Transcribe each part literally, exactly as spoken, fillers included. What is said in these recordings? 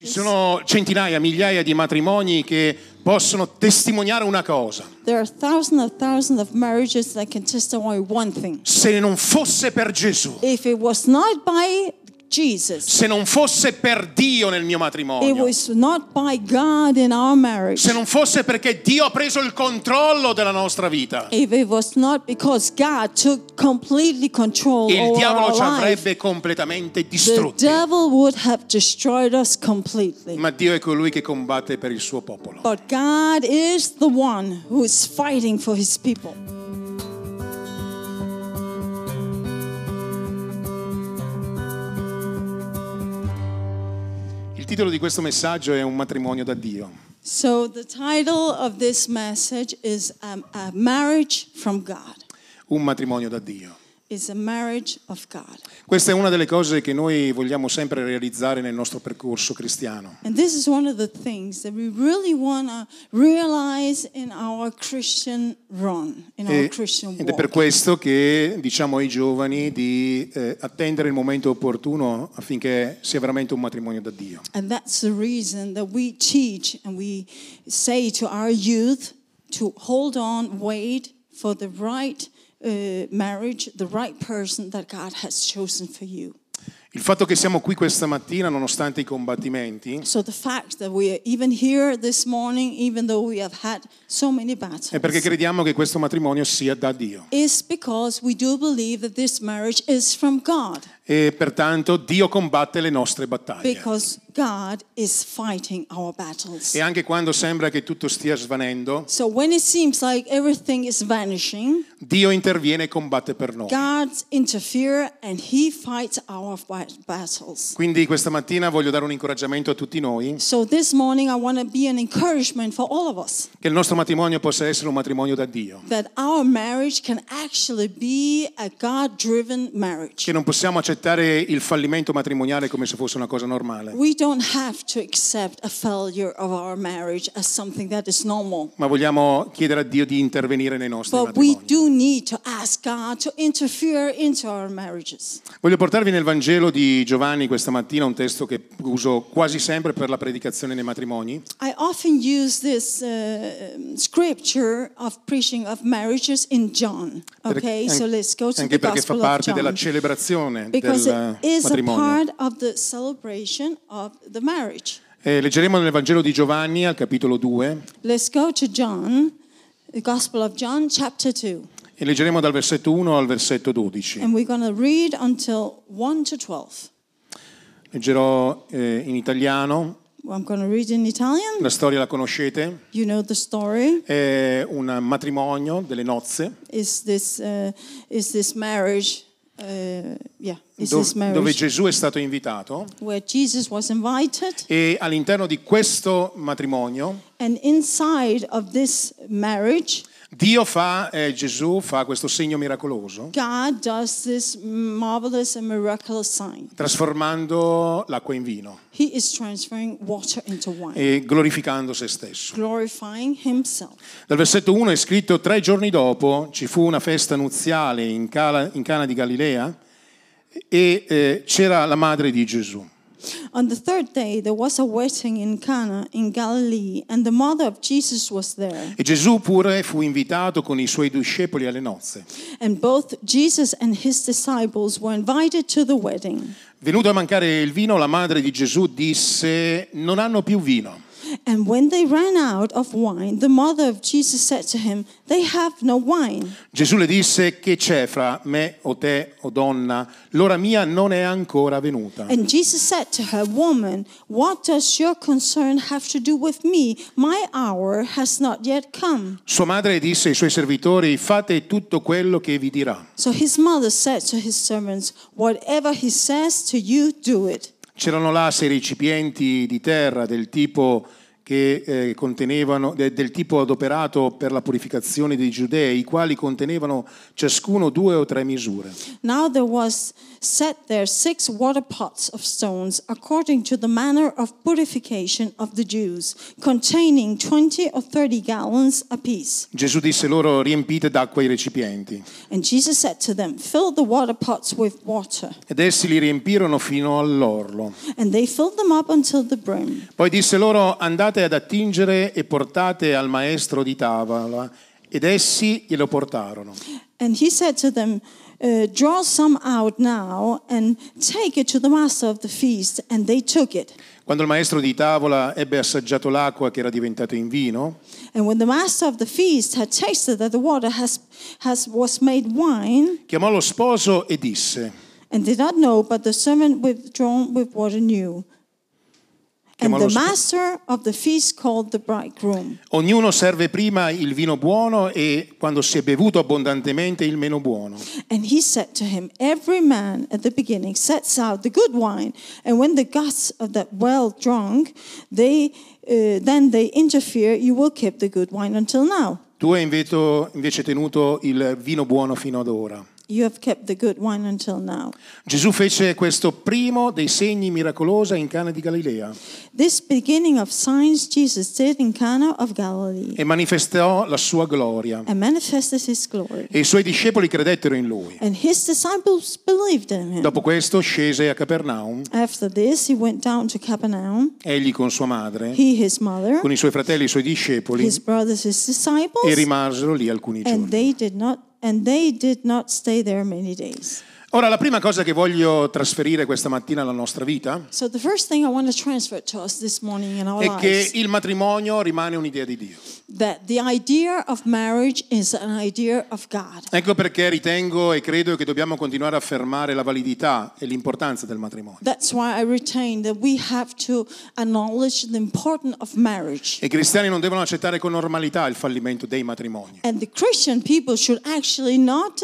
Ci sono centinaia, migliaia di matrimoni che possono testimoniare una cosa. There are thousands of thousands of marriages that can testify one thing. Se non fosse per Gesù, If it was not by Jesus, se non fosse per Dio nel mio it matrimonio, was not by God in our marriage, se non fosse perché Dio ha preso il controllo della nostra vita, if it was not because God took completely control il over diavolo our ci life, avrebbe completamente the distrutti. devil would have destroyed us completely. Ma Dio è colui che combatte per il suo popolo. But God is the one who is fighting for his people. Il titolo di questo messaggio è Un matrimonio da Dio. So the title of this message is um, a marriage from God. Un matrimonio da Dio. It's a marriage of God. Questa è una delle cose che noi vogliamo sempre realizzare nel nostro percorso cristiano. And this is one of the things that we really want to realize in our Christian run, in our E, Christian ed è per walk. questo che diciamo ai giovani di eh, attendere il momento opportuno affinché sia veramente un matrimonio da Dio. And that's the reason that we teach and we say to our youth to hold on, wait for the right uh, marriage, the right person that God has chosen for you. Il fatto che siamo qui questa mattina nonostante i combattimenti So the fact that we are even here this morning, even though we have had so many battles, è perché crediamo che questo matrimonio sia da Dio. is because we do believe that this marriage is from God. E pertanto Dio combatte le nostre battaglie. Because God is fighting our battles. E anche quando sembra che tutto stia svanendo, So when it seems like everything is vanishing, Dio interviene e combatte per noi. God interferes and He fights our fi- battles. Quindi questa mattina voglio dare un incoraggiamento a tutti noi, So this morning I want to be an encouragement for all of us, che il nostro matrimonio possa essere un matrimonio da Dio. that our marriage can actually be a God-driven marriage. Che non possiamo accettare il fallimento matrimoniale come se fosse una cosa normale, We don't have to accept a failure of our marriage as something that is normal. ma vogliamo chiedere a Dio di intervenire nei nostri But we matrimoni. do need to ask God to interfere into our marriages. Voglio portarvi nel Vangelo di Giovanni questa mattina un testo che uso quasi sempre per la predicazione nei matrimoni. I often use this uh, scripture of preaching of marriages in John. Okay, so let's go to Anche the perché fa Gospel of parte della John. celebrazione Because del it is a matrimonio. part of the celebration of the marriage. E leggeremo nel Vangelo di Giovanni al capitolo due Let's go to John, the Gospel of John, chapter two. e leggeremo dal versetto uno al versetto dodici. And we're going to read until one to twelve. Leggerò eh, in italiano, I'm going to read in Italian. la storia la conoscete, You know the story. è un matrimonio delle nozze Is this uh, is this marriage? Uh, yeah, is dove, this marriage dove Gesù è stato invitato where Jesus was invited, e all'interno di questo matrimonio and inside of this marriage, Dio fa, eh, Gesù fa questo segno miracoloso, God does this marvelous and miraculous sign. trasformando l'acqua in vino He is transferring water into wine, e glorificando se stesso. glorifying Himself. Dal versetto uno è scritto: tre giorni dopo ci fu una festa nuziale in Cana, in Cana di Galilea e eh, c'era la madre di Gesù. On the third day, there was a wedding in Cana in Galilee, and the mother of Jesus was there. E Gesù pure fu invitato con i suoi discepoli alle nozze. And both Jesus and his disciples were invited to the wedding. Venuto a mancare il vino, la madre di Gesù disse: non hanno più vino. And when they ran out of wine, the mother of Jesus said to him, "They have no wine." Gesù le disse: che c'è fra me o te, o donna? L'ora mia non è ancora venuta. And Jesus said to her, "Woman, what does your concern have to do with me? My hour has not yet come." Sua madre disse ai suoi servitori: fate tutto quello che vi dirà. So his mother said to his servants, "Whatever he says to you, do it." C'erano là sei recipienti di terra del tipo che eh, contenevano de, del tipo adoperato per la purificazione dei giudei, i quali contenevano ciascuno due o tre misure. Now there was set there six water pots of stones according to the manner of purification of the Jews, containing twenty or thirty gallons apiece. Gesù disse loro: riempite d'acqua i recipienti. And Jesus said to them, fill the water pots with water. Ed essi li riempirono fino all'orlo. And they filled them up until the brim. Poi disse loro: andate ad attingere e portate al maestro di tavola. Ed essi glielo portarono. And he said to them, uh, draw some out now and take it to the master of the feast. And they took it. Quando il maestro di tavola ebbe assaggiato l'acqua che era diventato in vino, And when the master of the feast had tasted that the water has, has was made wine, chiamò lo sposo e disse: and did not know, but the servant withdrawn with water knew. And the master of the feast called the bridegroom. Ognuno serve prima il vino buono e quando si è bevuto abbondantemente il meno buono. And he said to him, every man at the beginning sets out the good wine, and when the guests of that well drunk, they uh, then they interfere, you will keep the good wine until now. Tu hai invece, invece tenuto il vino buono fino ad ora. You have kept the good wine until now. Gesù fece questo primo dei segni miracolosi in Cana di Galilea. This beginning of signs Jesus did in Cana of Galilee. E manifestò la sua gloria. And manifested his glory. E i suoi discepoli credettero in lui. And his disciples believed in him. Dopo questo scese a Capernaum. After this he went down to Capernaum. Egli con sua madre, he his mother, con i suoi fratelli e i suoi discepoli, his brothers, his disciples. E rimasero lì alcuni giorni. And they did not And they did not stay there many days. Ora, la prima cosa che voglio trasferire questa mattina alla nostra vita So the first thing I want to transfer to us this morning in our è che lives, il matrimonio rimane un'idea di Dio. that the idea of marriage is an idea of God. Ecco perché ritengo e credo che dobbiamo continuare a affermare la validità e l'importanza del matrimonio. That's why I retain that we have to acknowledge the importance of marriage. E i cristiani non devono accettare con normalità il fallimento dei matrimoni. And the Christian people should actually not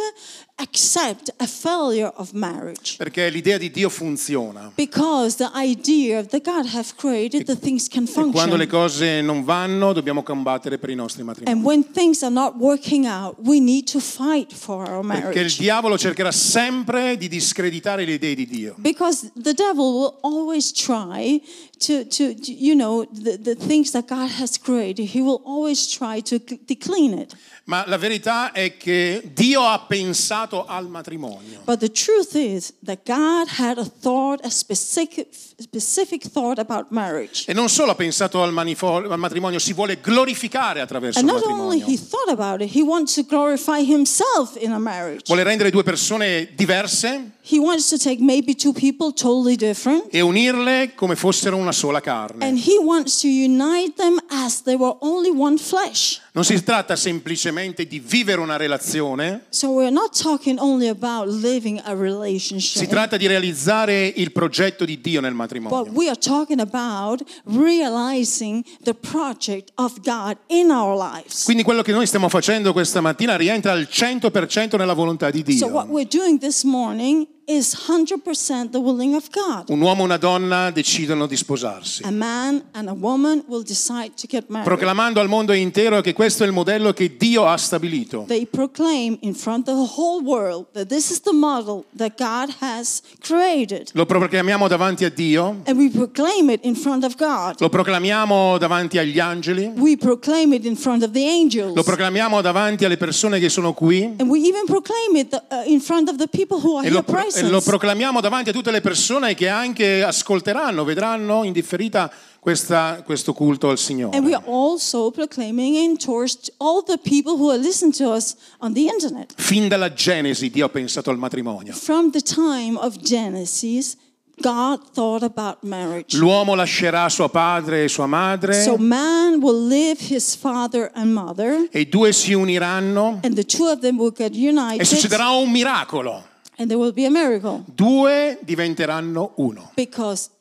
accept a failure of marriage. Perché l'idea di Dio funziona. Because the idea that God has created, the things can function. E quando le cose non vanno, dobbiamo combattere per i nostri matrimoni. And when things are not working out, we need to fight for our marriage. Perché il diavolo cercherà sempre di discreditare le idee di Dio. Because the devil will always try to, to you know, the, the things that God has created, he will always try to decline it. Ma la verità è che Dio ha pensato al matrimonio. But the truth is that God had a thought, a specific, specific thought about marriage. E non solo ha pensato al, manifo- al matrimonio, si vuole glorificare attraverso And il not only matrimonio. he thought about it, he wants to glorify himself in a marriage. Vuole rendere due persone diverse He wants to take maybe two people totally different. e unirle come fossero una sola carne. And he wants to unite them as they were only one flesh. Non si tratta semplicemente di vivere una relazione, So we're not talking only about living a relationship. si tratta di realizzare il progetto di Dio nel But matrimonio. we are talking about realizing the project of God in our lives. Quindi quello che noi stiamo facendo questa mattina rientra al cento per cento nella volontà di So what Dio. we're doing this morning is one hundred percent the willing of God. Un uomo e una donna decidono di sposarsi, A man and a woman will decide to get married. proclamando al mondo intero che questo è il modello che Dio ha stabilito. They proclaim in front of the whole world that this is the model that God has created. Lo proclamiamo davanti a Dio, And we proclaim it in front of God. lo proclamiamo davanti agli angeli, We proclaim it in front of the angels. lo proclamiamo davanti alle persone che sono qui And we even proclaim it uh, in front of the people who are e here lo, pro- present. e lo proclamiamo davanti a tutte le persone che anche ascolteranno, vedranno in differita questa, questo culto al Signore. And we are also proclaiming it towards all the people who are listening to us on the internet. Fin dalla Genesi Dio ha pensato al matrimonio. From the time of Genesis, God thought about marriage. L'uomo lascerà suo padre e sua madre So man will leave his father and mother, e i due si uniranno and the two of them will get united, e succederà un miracolo. and there will be a miracle. Due diventeranno uno. Because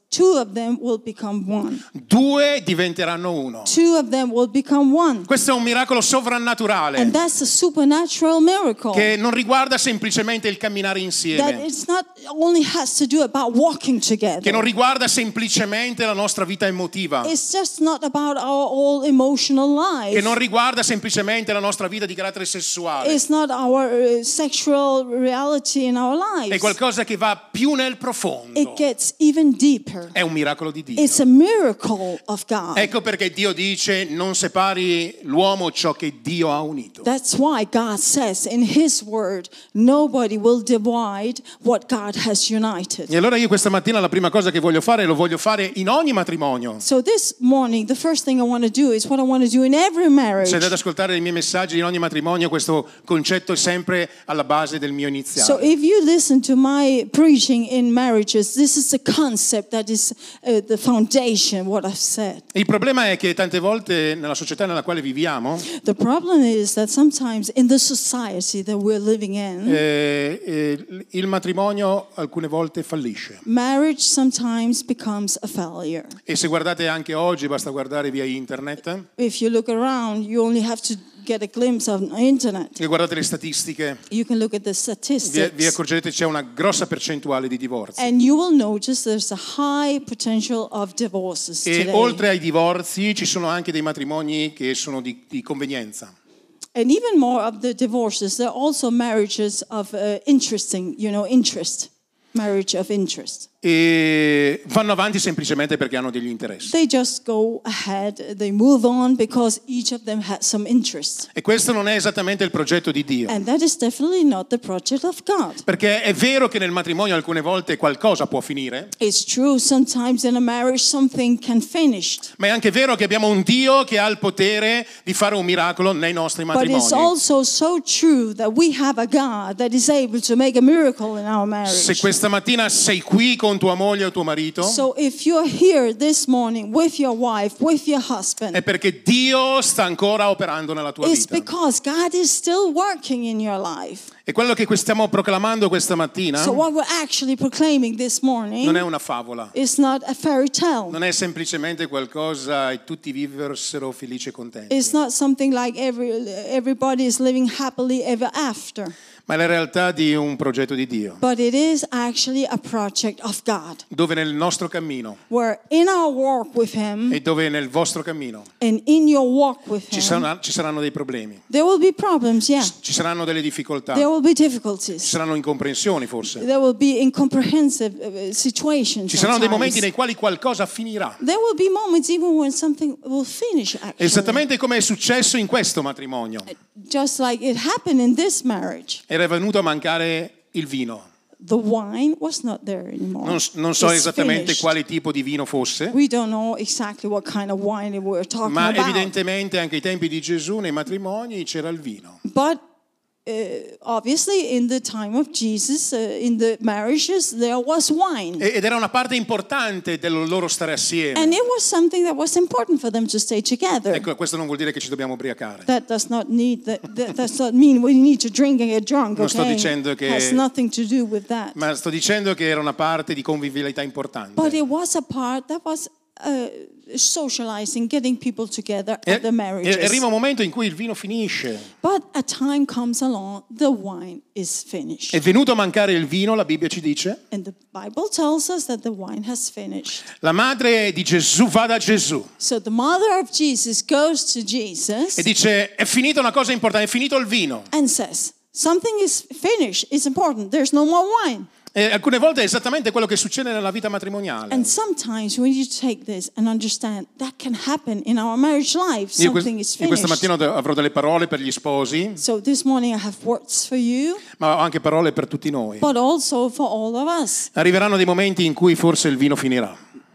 two of them will become one. Due diventeranno uno. Two of them will become one. Questo è un miracolo sovrannaturale And that's a supernatural miracle. che non riguarda semplicemente il camminare That insieme, it's not only has to do about walking together. che non riguarda semplicemente la nostra vita emotiva, It's just not about our all emotional life. che non riguarda semplicemente la nostra vita di carattere sessuale. It's not our uh, sexual reality in our lives. È qualcosa che va più nel profondo. It gets even deeper. È un miracolo di Dio. It's a miracle of God. Ecco perché Dio dice: non separi l'uomo ciò che Dio ha unito. That's why God says in His Word, nobody will divide what God has united. E allora io questa mattina la prima cosa che voglio fare, lo voglio fare in ogni matrimonio. So this morning, the first thing I want to do is what I want to do in every marriage. Se andate ad ascoltare i miei messaggi in ogni matrimonio, questo concetto è sempre alla base del mio iniziale. So if you listen to my preaching in marriages, this is the concept that is uh, the foundation, what I've said. Il problema è che tante volte nella società nella quale viviamo, The problem is that sometimes in the society that we're living in, eh, eh, il matrimonio alcune volte fallisce. marriage sometimes becomes a failure. E se guardate anche oggi, basta guardare via internet, If you look around, you only have to get a glimpse of internet. e guardate le statistiche, You can look at the vi, statistics. vi accorgerete che c'è una grossa percentuale di divorzi. And you will notice there's a high potential of divorces E today. oltre ai divorzi ci sono anche dei matrimoni che sono di, di convenienza. And even more of the divorces, there are also marriages of uh, interesting, you know, interest. Marriage of interest. E vanno avanti semplicemente perché hanno degli interessi. They just go ahead, they move on because each of them has some interest. E questo non è esattamente il progetto di Dio. And that is definitely not the project of God. Perché è vero che nel matrimonio alcune volte qualcosa può finire, It's true, sometimes in a marriage something can finish. ma è anche vero che abbiamo un Dio che ha il potere di fare un miracolo nei nostri But it's matrimoni. also so true that we have a God that is able to make a miracle in our Se marriage. questa mattina sei qui con tua moglie o tuo marito, So if you're here this morning with your wife, with your è husband, perché Dio sta ancora operando nella tua it's vita. because God is still working in your life. E quello che stiamo proclamando questa mattina So what we're actually proclaiming this non è morning una favola, is not a fairy tale. non è semplicemente qualcosa e tutti vivessero felici e contenti, It's not something like every everybody is living happily ever after. ma è la realtà di un progetto di Dio, But it is actually a project of God, dove nel nostro cammino where in our walk with Him e dove nel vostro cammino and in your walk with ci Him, saranno, ci saranno dei problemi, there will be problems, yeah. ci saranno delle difficoltà, There ci will be difficulties. saranno incomprensioni forse, There will be incomprehensive uh, situations. ci saranno dei momenti sometimes. nei quali qualcosa finirà. There will be moments even when something will finish, actually. Esattamente come è successo in questo matrimonio. Just like it happened in this marriage. Era venuto a mancare il vino. The wine was not there anymore. Non, non so It's esattamente finished. quale tipo di vino fosse, We don't know exactly what kind of wine we're talking ma about. evidentemente anche ai tempi di Gesù nei matrimoni c'era il vino. But uh, obviously in the time of Jesus, uh, in the marriages, there was wine. E- Ed era una parte importante del loro stare And assieme. it was something that was important for them to stay together. Ecco, questo non vuol dire che ci dobbiamo ubriacare. That does not need that, that does not mean we need to drink and get drunk. Non sto Okay, dicendo che- has nothing to do with that. Ma sto dicendo che era una parte di convivialità But importante. it was a part that was uh, socializing, getting people together E, at the e marriages. arriva un momento in cui il vino finisce. But a time comes along, the wine is finished. È venuto a mancare il vino, la Bibbia ci dice. And the Bible tells us that the wine has finished. La madre di Gesù va da Gesù So the mother of Jesus goes to Jesus e dice: è finita una cosa importante, è finito il vino. and says, something is finished, it's important, there's no more wine. E alcune volte è esattamente quello che succede nella vita matrimoniale. And sometimes we need to take this and understand that can happen in our marriage life. Io, Something quest- is io questa finished. mattina avrò delle parole per gli sposi, So this morning I have words for you, ma ho anche parole per tutti noi. but also for all of us. Arriveranno dei momenti in cui forse il vino finirà.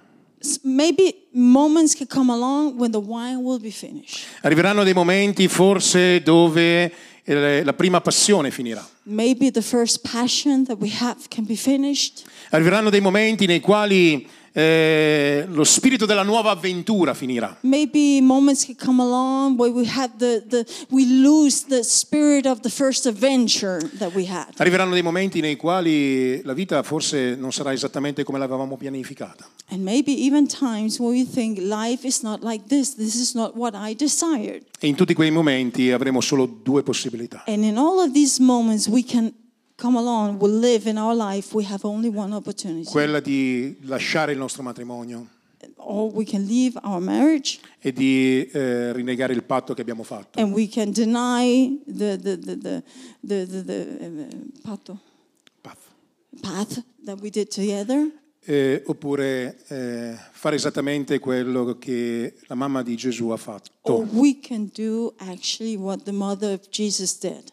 S- Maybe moments can come along when the wine will be finished. Arriveranno dei momenti forse dove eh, la prima passione finirà. Maybe the first passion that we have can be finished. Arriveranno dei momenti nei quali eh, lo spirito della nuova avventura finirà. Maybe moments can come along where we have the, the we lose the spirit of the first adventure that we had. Arriveranno dei momenti nei quali la vita forse non sarà esattamente come l'avevamo pianificata. And maybe even times when we think life is not like this, this is not what I desired. E in tutti quei momenti avremo solo due possibilità. And in all of these moments we can come along, we live in our life, we have only one opportunity. Quella di lasciare il nostro matrimonio Or we can leave our marriage e di eh, rinnegare il patto che abbiamo fatto. and we can deny the the the the the, the, the uh, patto, Path. path that we did together. Eh, oppure eh, fare esattamente quello che la mamma di Gesù ha fatto. Or we can do actually what the mother of Jesus did.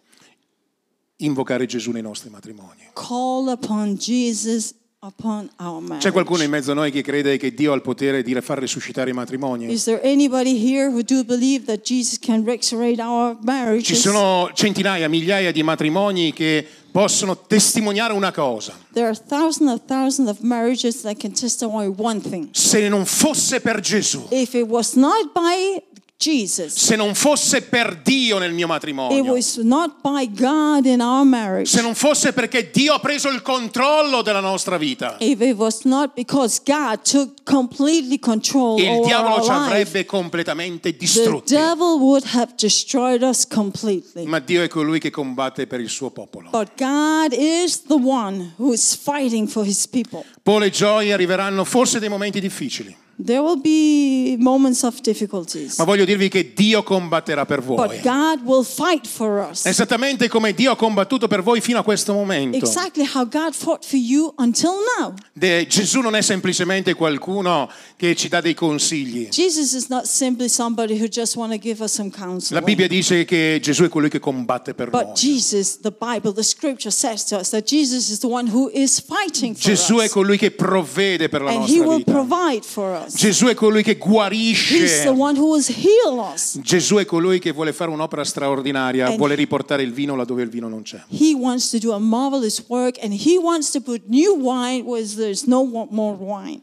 Invocare Gesù nei nostri matrimoni. Call upon Jesus upon our marriage. C'è qualcuno in mezzo a noi che crede che Dio ha il potere di far risuscitare i matrimoni? Is there anybody here who do believe that Jesus can resurrect our marriages? Ci sono centinaia, migliaia di matrimoni che possono testimoniare una cosa. There are thousands and thousands of marriages that can testify one thing. Se non fosse per Gesù, If it was not by Jesus, se non fosse per Dio nel mio it matrimonio, was not by God in our marriage, se non fosse perché Dio ha preso il controllo della nostra vita, if it was not because God took completely control il over diavolo our ci life, avrebbe completamente the distrutti. devil would have destroyed us completely. Ma Dio è colui che combatte per il suo popolo. But God is the one who is fighting for his people. Paul e Joy arriveranno forse dei momenti difficili, There will be moments of difficulties, ma voglio dirvi che Dio combatterà per voi. but God will fight for us. Esattamente come Dio ha combattuto per voi fino a questo momento. Exactly how God fought for you until now. De- Gesù non è semplicemente qualcuno che ci dà dei consigli. Jesus is not simply somebody who just want to give us some La counsel. Bibbia dice che Gesù è colui che combatte per But noi. Jesus, the Bible, the scripture says to us that Jesus is the one who is fighting for Gesù è us. colui che provvede per la And he nostra will vita. provide for us. Gesù è colui che He's the guarisce. one who will heal us. Gesù è colui che vuole fare un'opera straordinaria, And- vuole riportare il vino laddove il vino non c'è. He wants to do a marvelous work, and he wants to put new wine where there's no wa- more wine.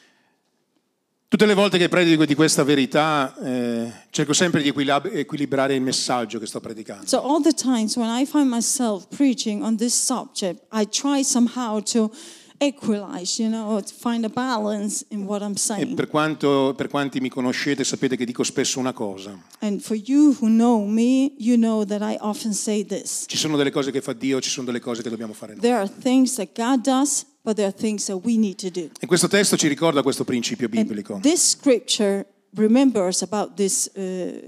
Tutte le volte che predico di questa verità, eh, cerco sempre di equilab- equilibrare il messaggio che sto predicando. So all the times when I find myself preaching on this subject, I try somehow to equalize, you know, to find a balance in what I'm E saying. per, quanto, per quanti mi conoscete sapete che dico spesso una cosa. And for you who know me, you know that I often say this. Ci sono delle cose che fa Dio, ci sono delle cose che dobbiamo fare noi. There are things that God does, but there are things that we need to do. E questo testo ci ricorda questo principio And biblico. this scripture remembers about this uh,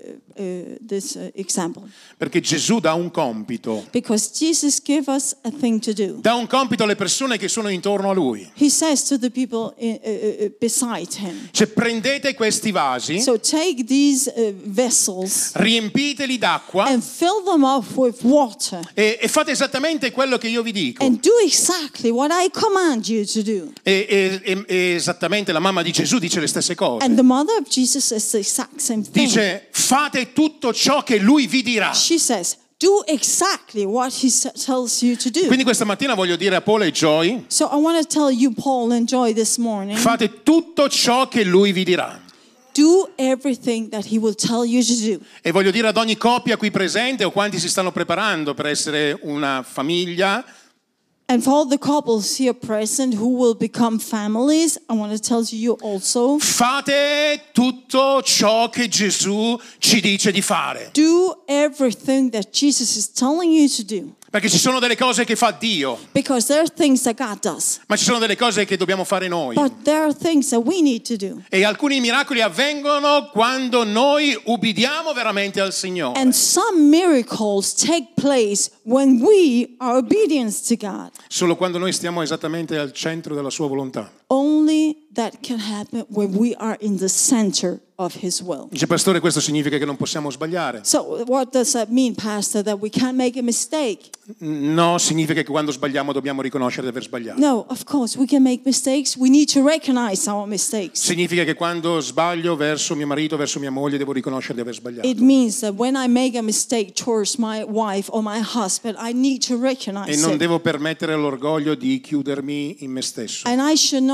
uh, this uh, example, Perché Gesù dà un compito. because Jesus gave us a thing to do. Dà un compito alle persone che sono intorno a Lui. He says to the people in, uh, uh, beside him, Cioè prendete questi vasi, so take these uh, vessels riempiteli d'acqua and fill them up with water e, e fate esattamente quello che io vi dico. and do exactly what I command you to do. E, e- e- e esattamente la mamma di Gesù dice le stesse cose. And the mother of Jesus says the exact same thing. Dice fate tutto ciò che Lui vi dirà. She says, do exactly what he s- tells you to do. Quindi questa mattina voglio dire a Paul e Joy, So I want to tell you, Paul and Joy, this morning, fate tutto ciò che Lui vi dirà. do everything that he will tell you to do. E voglio dire ad ogni coppia qui presente o quanti si stanno preparando per essere una famiglia, And for all the couples here present who will become families, I want to tell you also, fate tutto ciò che Gesù ci dice di fare. do everything that Jesus is telling you to do. Perché ci sono delle cose che fa Dio, Because there are things that God does, ma ci sono delle cose che dobbiamo fare noi. but there are things that we need to do. E alcuni miracoli avvengono quando noi ubbidiamo veramente al Signore. And some miracles take place when we are obedient to God. Solo quando noi stiamo esattamente al centro della sua volontà. Only that can happen when we are in the center of His will. Dice pastore, questo significa che non possiamo sbagliare? So what does that mean, Pastor? That we can't make a mistake? No, significa che quando sbagliamo dobbiamo riconoscere di aver sbagliato. No, of course we can make mistakes. We need to recognize our mistakes. Significa che quando sbaglio verso mio marito, verso mia moglie, devo riconoscere di aver sbagliato. It means that when I make a mistake towards my wife or my husband, I need to E recognize non it. devo permettere all'orgoglio di chiudermi in me stesso. And I should not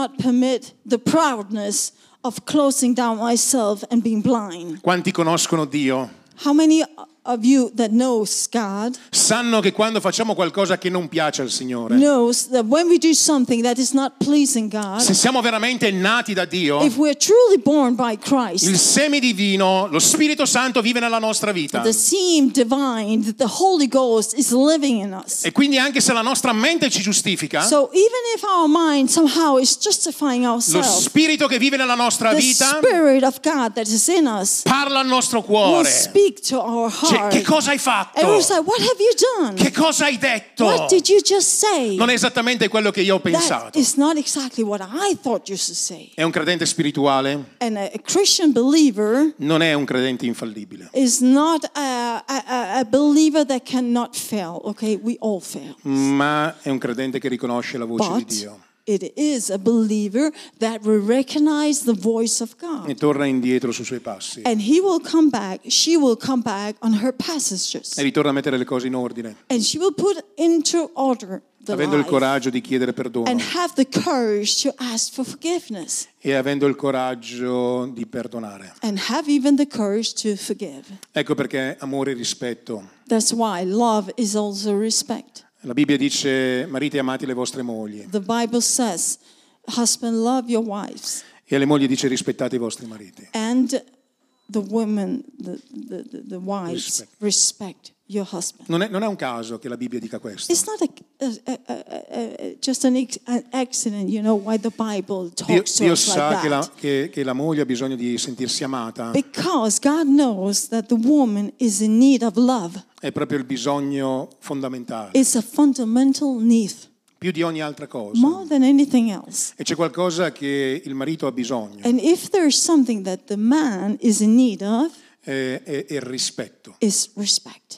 not permit the proudness of closing down myself and being blind. Quanti conoscono Dio? How many of you that knows God Sanno che quando facciamo qualcosa che non piace al Signore, knows that when we do something that is not pleasing God, se siamo veramente nati da Dio, if we're truly born by il Christ, seme divino, lo Spirito Santo vive nella nostra vita. the seed divine, that the Holy Ghost is living in us. E quindi anche se la nostra mente ci giustifica, So even if our mind somehow is justifying lo ourselves, Spirito che vive nella nostra the vita Spirit of God that is in us parla al nostro will cuore. speak to our Cioè, heart. che cosa hai And fatto? we're like, what have you done? Che cosa hai detto? What did you just say? Non è esattamente quello che io ho That pensato. is not exactly what I thought you should say. È un credente spirituale, And a, a Christian believer non è un credente infallibile, is not a, a, a believer that cannot fail. Okay, we all fail. ma è un credente che riconosce la voce di But Dio it is a believer that will recognize the voice of e God. torna indietro sui suoi passi And he will come back, she will come back on her passages. e ritorna a mettere le cose in ordine, And she will put into order the avendo il life coraggio di chiedere perdono and have the courage to ask for forgiveness e avendo il coraggio di perdonare. and have even the courage to forgive. Ecco perché amore e rispetto. That's why love is also respect. La Bibbia dice: mariti, amate le vostre mogli, The Bible says, husband, love your wives. e alle mogli dice: rispettate i vostri mariti. And the women, the, the, the, the wives, Respect. respect your husband. Non è, non è un caso che la Bibbia dica questo. It's not a, a, a, a, a, just an, ex, an accident, you know, why the Bible Dio, talks to Dio us sa like che la, that. che, che la moglie ha bisogno di sentirsi amata, Because God knows that the woman is in need of love. è proprio il bisogno fondamentale, It's a fundamental need, più di ogni altra cosa. more than anything else. E c'è qualcosa che il marito ha bisogno, And if there's something that the man is in need of, è, è- è il rispetto. is respect.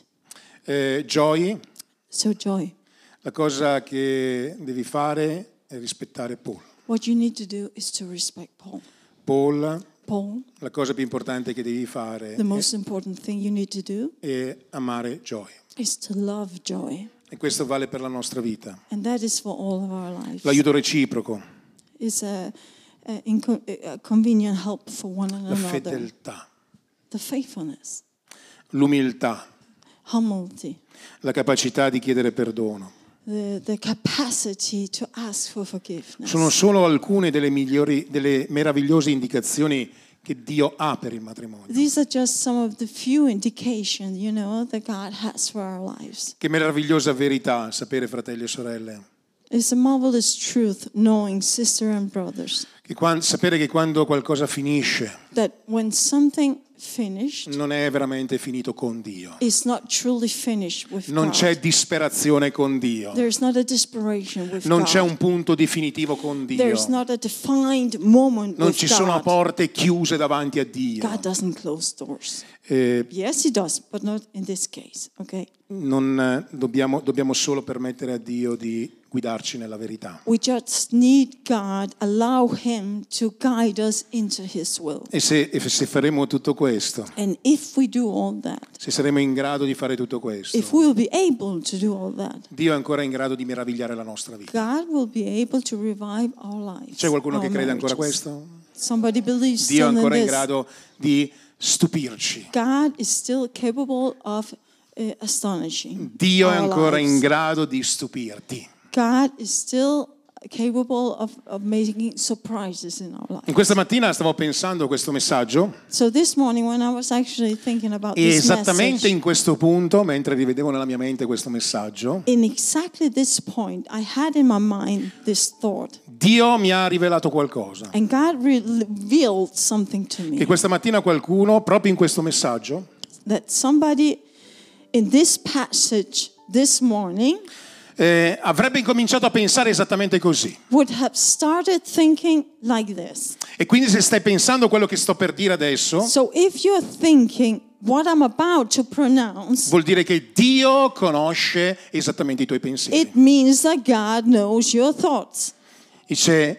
Eh, Joy, So Joy, la cosa che devi fare è rispettare Paul. what you need to do is to respect Paul. Paul, Paul, la cosa più importante che devi fare the most important thing you need to do è, è amare Joy. is to love Joy. E questo vale per la nostra vita. And that is for all of our lives. L'aiuto reciproco, It's a, a, inco- a convenient help for one la another. fedeltà, The faithfulness, l'umiltà, humility, la capacità di chiedere perdono. the, the capacity to ask for forgiveness. Sono solo alcune delle migliori, delle meravigliose indicazioni che Dio ha per il matrimonio. These are just some of the few indications, you know, that God has for our lives. Che meravigliosa verità sapere, fratelli e sorelle, It's a marvelous truth knowing, sister and brothers, che quan- sapere che quando qualcosa finisce that when something finished, non è veramente finito con Dio. it's not truly finished with Non God. c'è disperazione con Dio. There's not a desperation with Non God. c'è un punto definitivo con Dio. There's not a defined moment Non with ci sono God. porte chiuse davanti a Dio. God doesn't close doors. Eh, Yes, he does, but not in this case, okay? non eh, dobbiamo, dobbiamo solo permettere a Dio di guidarci nella verità. We just need God, allow him to guide us into his will. E se, e se faremo tutto questo, And if we do all that, se saremo in grado di fare tutto if questo, we will be able to do all that, Dio è ancora in grado di meravigliare la nostra vita. God will be able to revive our lives. C'è qualcuno our che crede ancora marriages. questo? Somebody believes Dio è still in ancora in this. grado di stupirci. God is still capable of uh, astonishing Dio è our ancora lives. in grado di stupirti. God is still capable of, of making surprises in our lives. In questa mattina stavo pensando a questo messaggio So this morning when I was actually thinking about e this esattamente message, in questo punto, mentre rivedevo nella mia mente questo messaggio, in exactly this point, I had in my mind this thought. Dio mi ha rivelato qualcosa. And God re- revealed something to me. Che questa mattina qualcuno, proprio in questo messaggio, That somebody in this passage this morning eh, avrebbe incominciato a pensare esattamente così. would have started thinking like this. E quindi se stai pensando quello che sto per dire adesso, So if you're thinking what I'm about to pronounce, vuol dire che Dio conosce esattamente i tuoi pensieri. it means that God knows your thoughts. Dice,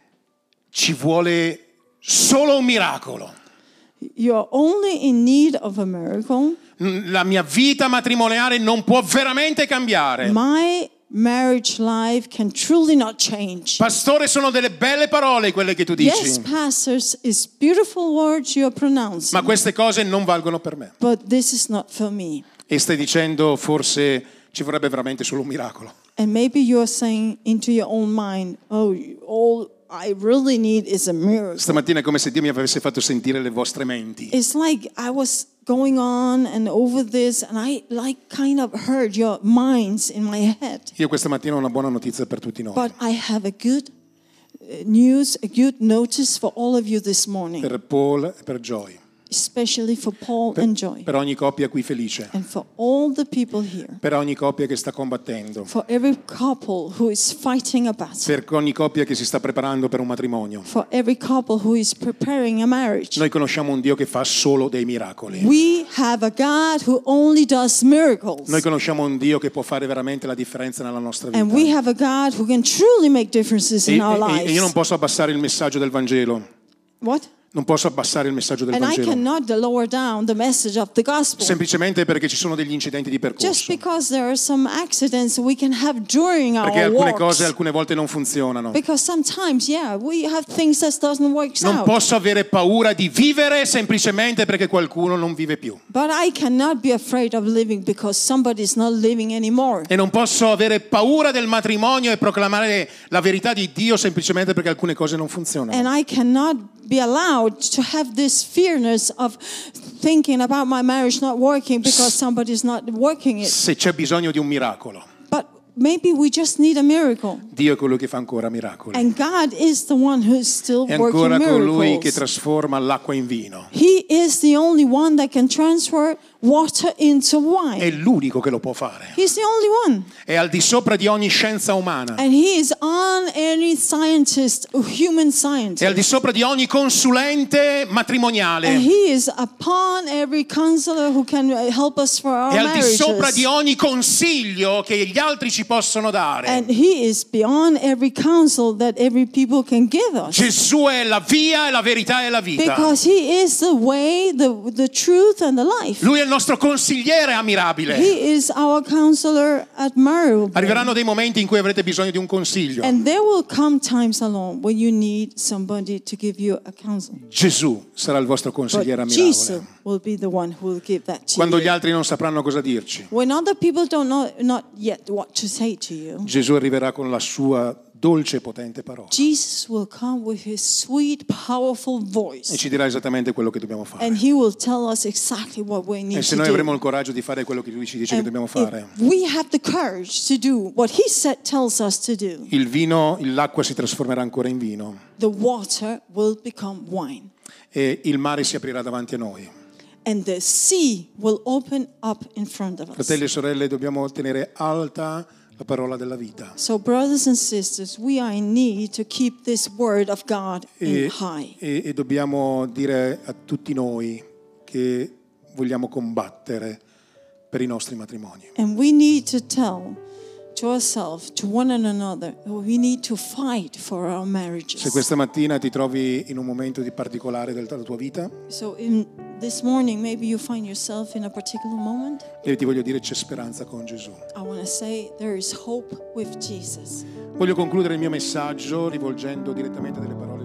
ci vuole solo un miracolo. You're only in need of a miracle. La mia vita matrimoniale non può veramente cambiare. My marriage life can truly not change. Pastore, sono delle belle parole quelle che tu dici. Yes, pastors, it's beautiful words you are pronouncing. Ma queste cose non valgono per me. But this is not for me. E stai dicendo forse ci vorrebbe veramente solo un miracolo. And maybe you are saying into your own mind, oh, all I really need is a miracle. Stamattina è come se Dio mi avesse fatto sentire le vostre menti. It's like I was going on and over this and I like kind of heard your minds in my head. Io questa mattina ho una buona notizia per tutti noi. But I have a good uh, news, a good notice for all of you this morning. Per Paul e per Joy. Especially for Paul Per, and Joy. per ogni coppia qui felice. And for all the people here. Per ogni coppia che sta combattendo. For every couple who is fighting a battle. Per ogni coppia che si sta preparando per un matrimonio. For every couple who is preparing a marriage. Noi conosciamo un Dio che fa solo dei miracoli. We have a God who only does miracles. Noi conosciamo un Dio che può fare veramente la differenza nella nostra vita. And we have a God who can truly make differences E, in our e- lives. e io non posso abbassare il messaggio del Vangelo. What? Non posso abbassare il messaggio del And I Vangelo. cannot lower down the message of the gospel. Semplicemente perché ci sono degli incidenti di Just percorso. because there are some accidents we can have during our Perché alcune walks. cose alcune volte non funzionano. Because sometimes, yeah, we have things that doesn't work Non out. posso avere paura di vivere semplicemente perché qualcuno non vive più. But I cannot be afraid of living because somebody is not living anymore. E non posso avere paura del matrimonio e proclamare la verità di Dio semplicemente perché alcune cose non funzionano. And I cannot be allowed to have this fearness of thinking about my marriage not working because somebody is not working it. Se c'è bisogno di un miracolo, But maybe we just need a miracle. Dio è colui che fa ancora miracoli. And God is the one who is still È working ancora colui che miracles. trasforma l'acqua in vino. He is the only one that can transfer water into È wine. l'unico che lo può fare. He's the only one. È al di sopra di ogni scienza umana. And he is on any scientist, human È al scientist. di sopra di ogni consulente And matrimoniale. he is upon every counselor who can uh, help us for our È al di sopra di marriages. ogni consiglio che gli altri ci possono dare. And he is beyond every counsel that every people can give us. Gesù è la via, e la verità e la vita. Because he is the way, the, the truth, and the life. Lui è il nostro consigliere ammirabile. He is our counselor admirable. Arriveranno dei momenti in cui avrete bisogno di un consiglio. And there will come times along when you need somebody to give you a counsel. Gesù sarà il vostro consigliere But Jesus ammirabile. will be the one who will give that to Quando you. gli altri non sapranno cosa dirci, When other people don't know not yet what to say to you, Gesù arriverà con la sua dolce e potente parola Jesus will come with his sweet, powerful e voice. ci dirà esattamente quello che dobbiamo fare. And he will tell us exactly what we need E se to noi do. avremo il coraggio di fare quello che lui ci dice che And dobbiamo fare, if we have the courage to do what he said tells us to do, il vino, l'acqua si trasformerà ancora in vino the water will become wine. e il mare si aprirà davanti a noi. And the sea will open up in front of us. Fratelli e sorelle, dobbiamo tenere alta la parola della vita. So brothers and sisters, we are in need to keep this word of God in E, high. e- e dobbiamo dire a tutti noi che vogliamo combattere per i nostri matrimoni. And we need to tell to ourselves, to one and another, we need to fight for our marriages. Se questa mattina ti trovi in un momento di particolare del- della tua vita, So in this morning, maybe you find yourself in a particular moment. io ti voglio dire c'è speranza con Gesù. I want to say there is hope with Jesus. Voglio concludere il mio messaggio rivolgendo direttamente delle parole